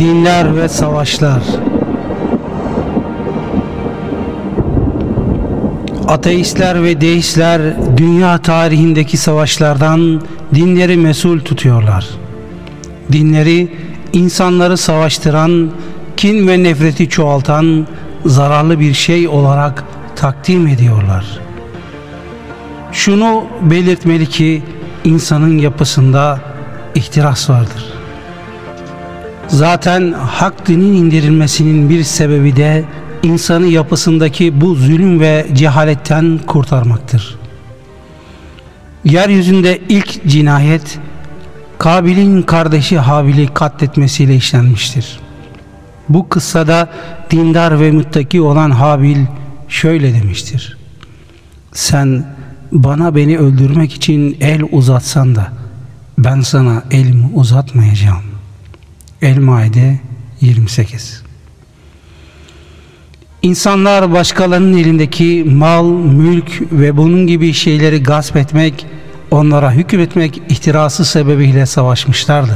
Dinler ve savaşlar. Ateistler ve deistler dünya tarihindeki savaşlardan dinleri mesul tutuyorlar. Dinleri insanları savaştıran, kin ve nefreti çoğaltan zararlı bir şey olarak takdim ediyorlar. Şunu belirtmeli ki insanın yapısında ihtiras vardır. Zaten hak dinin indirilmesinin bir sebebi de insanı yapısındaki bu zulüm ve cehaletten kurtarmaktır. Yeryüzünde ilk cinayet Kabil'in kardeşi Habil'i katletmesiyle işlenmiştir. Bu kıssada dindar ve muttaki olan Habil şöyle demiştir: "Sen beni öldürmek için el uzatsan da ben sana elimi uzatmayacağım." El-Maide 28. İnsanlar başkalarının elindeki mal, mülk ve bunun gibi şeyleri gasp etmek, onlara hükmetmek ihtirası sebebiyle savaşmışlardır.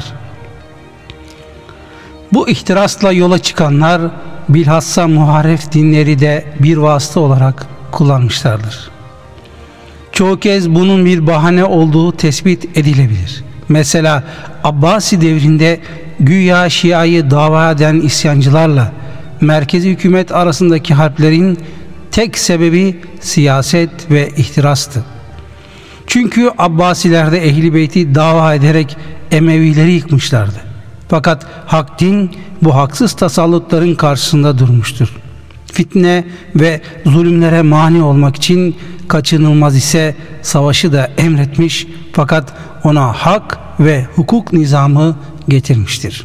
Bu ihtirasla yola çıkanlar bilhassa muharref dinleri de bir vasıta olarak kullanmışlardır. Çoğu kez bunun bir bahane olduğu tespit edilebilir. Mesela Abbasi devrinde güya Şia'yı dava eden isyancılarla merkezi hükümet arasındaki harplerin tek sebebi siyaset ve ihtirastı. Çünkü Abbasiler de Ehl-i Beyt'i dava ederek Emevileri yıkmışlardı. Fakat hak din bu haksız tasallutların karşısında durmuştur. Fitne ve zulümlere mani olmak için kaçınılmaz ise savaşı da emretmiş, fakat ona hak ve hukuk nizamı getirmiştir.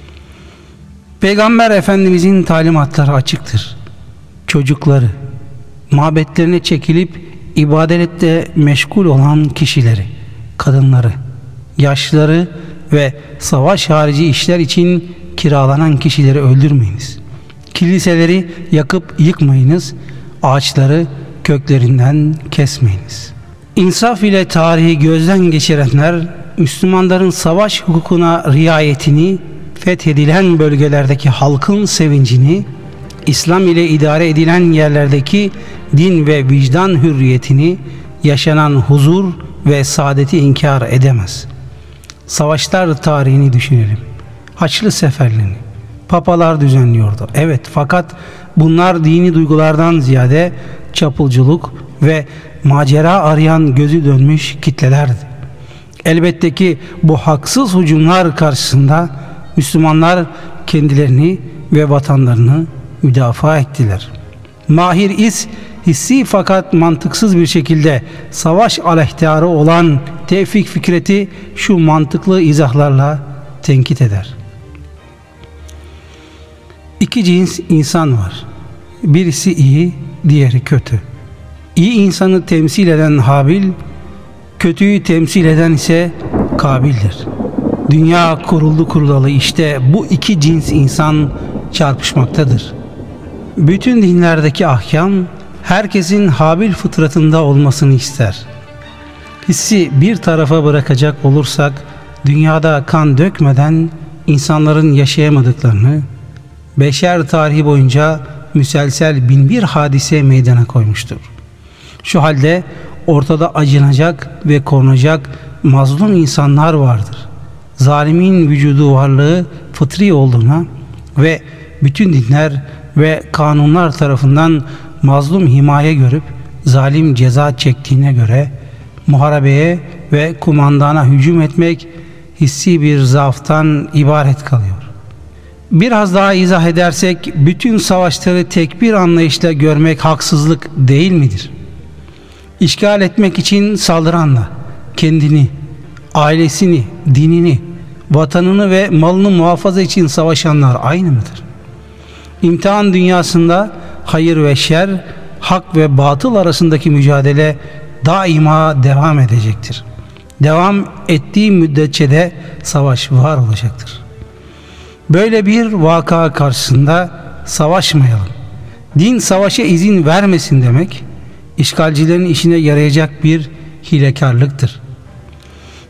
Peygamber Efendimizin talimatları açıktır. Çocukları, mabetlerine çekilip ibadette meşgul olan kişileri, kadınları, yaşlıları ve savaş harici işler için kiralanan kişileri öldürmeyiniz. Kiliseleri yakıp yıkmayınız, ağaçları köklerinden kesmeyiniz. İnsaf ile tarihi gözden geçirenler, Müslümanların savaş hukukuna riayetini, fethedilen bölgelerdeki halkın sevincini, İslam ile idare edilen yerlerdeki din ve vicdan hürriyetini, yaşanan huzur ve saadeti inkar edemez. Savaşlar tarihini düşünelim. Haçlı seferlerini papalar düzenliyordu. Evet, fakat bunlar dini duygulardan ziyade çapulculuk ve macera arayan gözü dönmüş kitlelerdi. Elbette ki bu haksız hücumlar karşısında Müslümanlar kendilerini ve vatanlarını müdafaa ettiler. Mahir hissi fakat mantıksız bir şekilde savaş aleyhtarı olan Tevfik Fikret'i şu mantıklı izahlarla tenkit eder. İki cins insan var. Birisi iyi, diğeri kötü. İyi insanı temsil eden Habil, kötüyü temsil eden ise Kabil'dir. Dünya kuruldu kurulalı işte bu iki cins insan çarpışmaktadır. Bütün dinlerdeki ahkam herkesin Habil fıtratında olmasını ister. Hissi bir tarafa bırakacak olursak dünyada kan dökmeden insanların yaşayamadıklarını, beşer tarihi boyunca müselsel binbir hadise meydana koymuştur. Şu halde ortada acınacak ve korunacak mazlum insanlar vardır. Zalimin vücudu varlığı fıtri olduğuna ve bütün dinler ve kanunlar tarafından mazlum himaye görüp zalim ceza çektiğine göre muharebeye ve kumandana hücum etmek hissi bir zaaftan ibaret kalıyor. Biraz daha izah edersek bütün savaşları tek bir anlayışla görmek haksızlık değil midir? İşgal etmek için saldıranla kendini, ailesini, dinini, vatanını ve malını muhafaza için savaşanlar aynı mıdır? İmtihan dünyasında hayır ve şer, hak ve batıl arasındaki mücadele daima devam edecektir. Devam ettiği müddetçe de savaş var olacaktır. Böyle bir vaka karşısında savaşmayalım. Din savaşa izin vermesin demek, işgalcilerin işine yarayacak bir hilekarlıktır.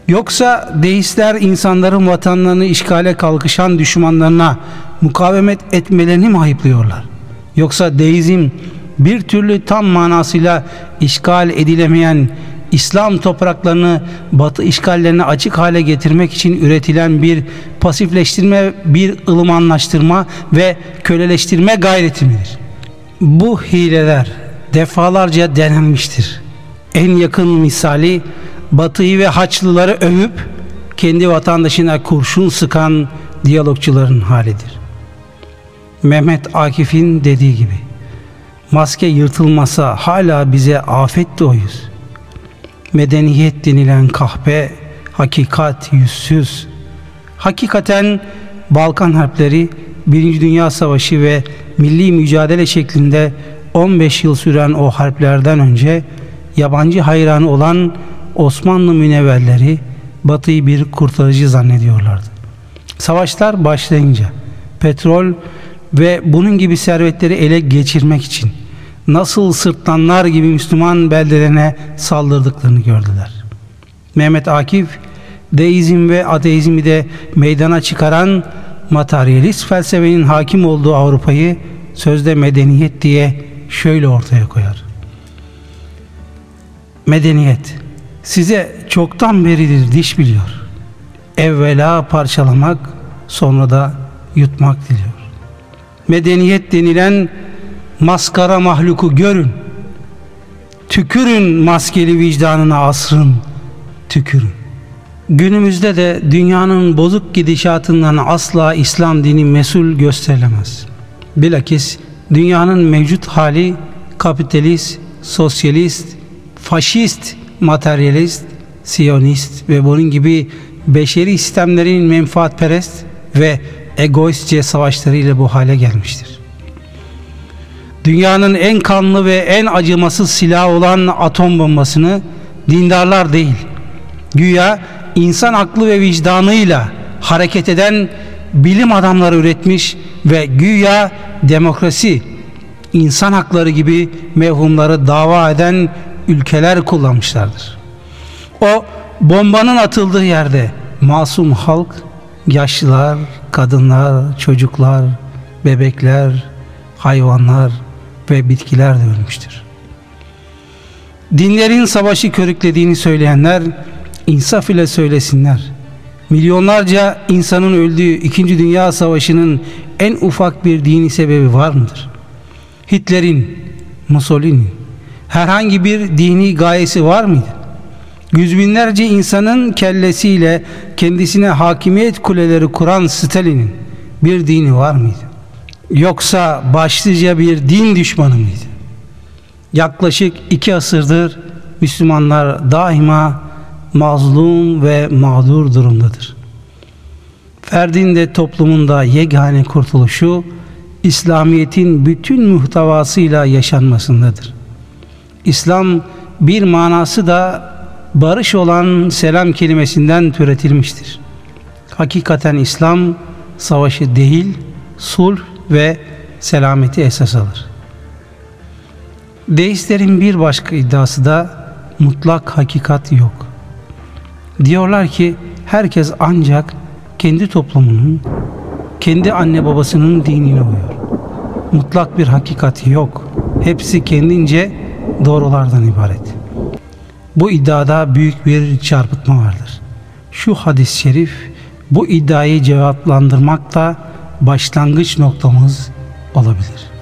Yoksa deistler insanların vatanlarını işgale kalkışan düşmanlarına mukavemet etmelerini mi ayıplıyorlar? Yoksa deizm bir türlü tam manasıyla işgal edilemeyen İslam topraklarını Batı işgallerine açık hale getirmek için üretilen bir pasifleştirme, bir ılımanlaştırma ve köleleştirme gayreti midir? Bu hileler defalarca denenmiştir. En yakın misali Batı'yı ve Haçlıları övüp kendi vatandaşına kurşun sıkan diyalogçuların halidir. Mehmet Akif'in dediği gibi, maske yırtılmasa hala bize afet doğuyuz. Medeniyet denilen kahpe, hakikat yüzsüz. Hakikaten Balkan Harpleri, Birinci Dünya Savaşı ve milli mücadele şeklinde 15 yıl süren o harplerden önce yabancı hayranı olan Osmanlı münevverleri Batı'yı bir kurtarıcı zannediyorlardı. Savaşlar başlayınca petrol ve bunun gibi servetleri ele geçirmek için nasıl sırtlanlar gibi Müslüman beldelerine saldırdıklarını gördüler. Mehmet Akif, deizm ve ateizmi de meydana çıkaran materyalist felsefenin hakim olduğu Avrupa'yı sözde medeniyet diye şöyle ortaya koyar. Medeniyet size çoktan beridir diş biliyor. Evvela parçalamak, sonra da yutmak diliyor. Medeniyet denilen maskara mahluku görün. Tükürün maskeli vicdanına asrın, tükürün. Günümüzde de dünyanın bozuk gidişatından asla İslam dini mesul gösterilemez. Bilakis dünyanın mevcut hali kapitalist, sosyalist, faşist, materyalist, siyonist ve bunun gibi beşeri sistemlerin menfaatperest ve egoistçe savaşlarıyla bu hale gelmiştir. Dünyanın en kanlı ve en acımasız silahı olan atom bombasını dindarlar değil, güya insan aklı ve vicdanıyla hareket eden bilim adamları üretmiş ve güya demokrasi, insan hakları gibi mevhumları dava eden ülkeler kullanmışlardır. O bombanın atıldığı yerde masum halk, yaşlılar, kadınlar, çocuklar, bebekler, hayvanlar ve bitkiler de ölmüştür. Dinlerin savaşı körüklediğini söyleyenler insaf ile söylesinler. Milyonlarca insanın öldüğü 2. Dünya Savaşı'nın en ufak bir dini sebebi var mıdır? Hitler'in, Mussolini'nin herhangi bir dini gayesi var mıydı? Yüz binlerce insanın kellesiyle kendisine hakimiyet kuleleri kuran Stalin'in bir dini var mıydı? Yoksa başlıca bir din düşmanı mıydı? Yaklaşık 2 asırdır Müslümanlar daima mazlum ve mağdur durumdadır. Ferdin de toplumun da yegane kurtuluşu İslamiyet'in bütün muhtevasıyla yaşanmasındadır. İslam bir manası da barış olan selam kelimesinden türetilmiştir. Hakikaten İslam savaşı değil, sulh ve selameti esas alır. Deistlerin bir başka iddiası da mutlak hakikat yok. Diyorlar ki herkes ancak kendi toplumunun, kendi anne babasının dinine uyuyor. Mutlak bir hakikati yok. Hepsi kendince doğrulardan ibaret. Bu iddiada büyük bir çarpıtma vardır. Şu hadis-i şerif bu iddiayı cevaplandırmakta başlangıç noktamız olabilir.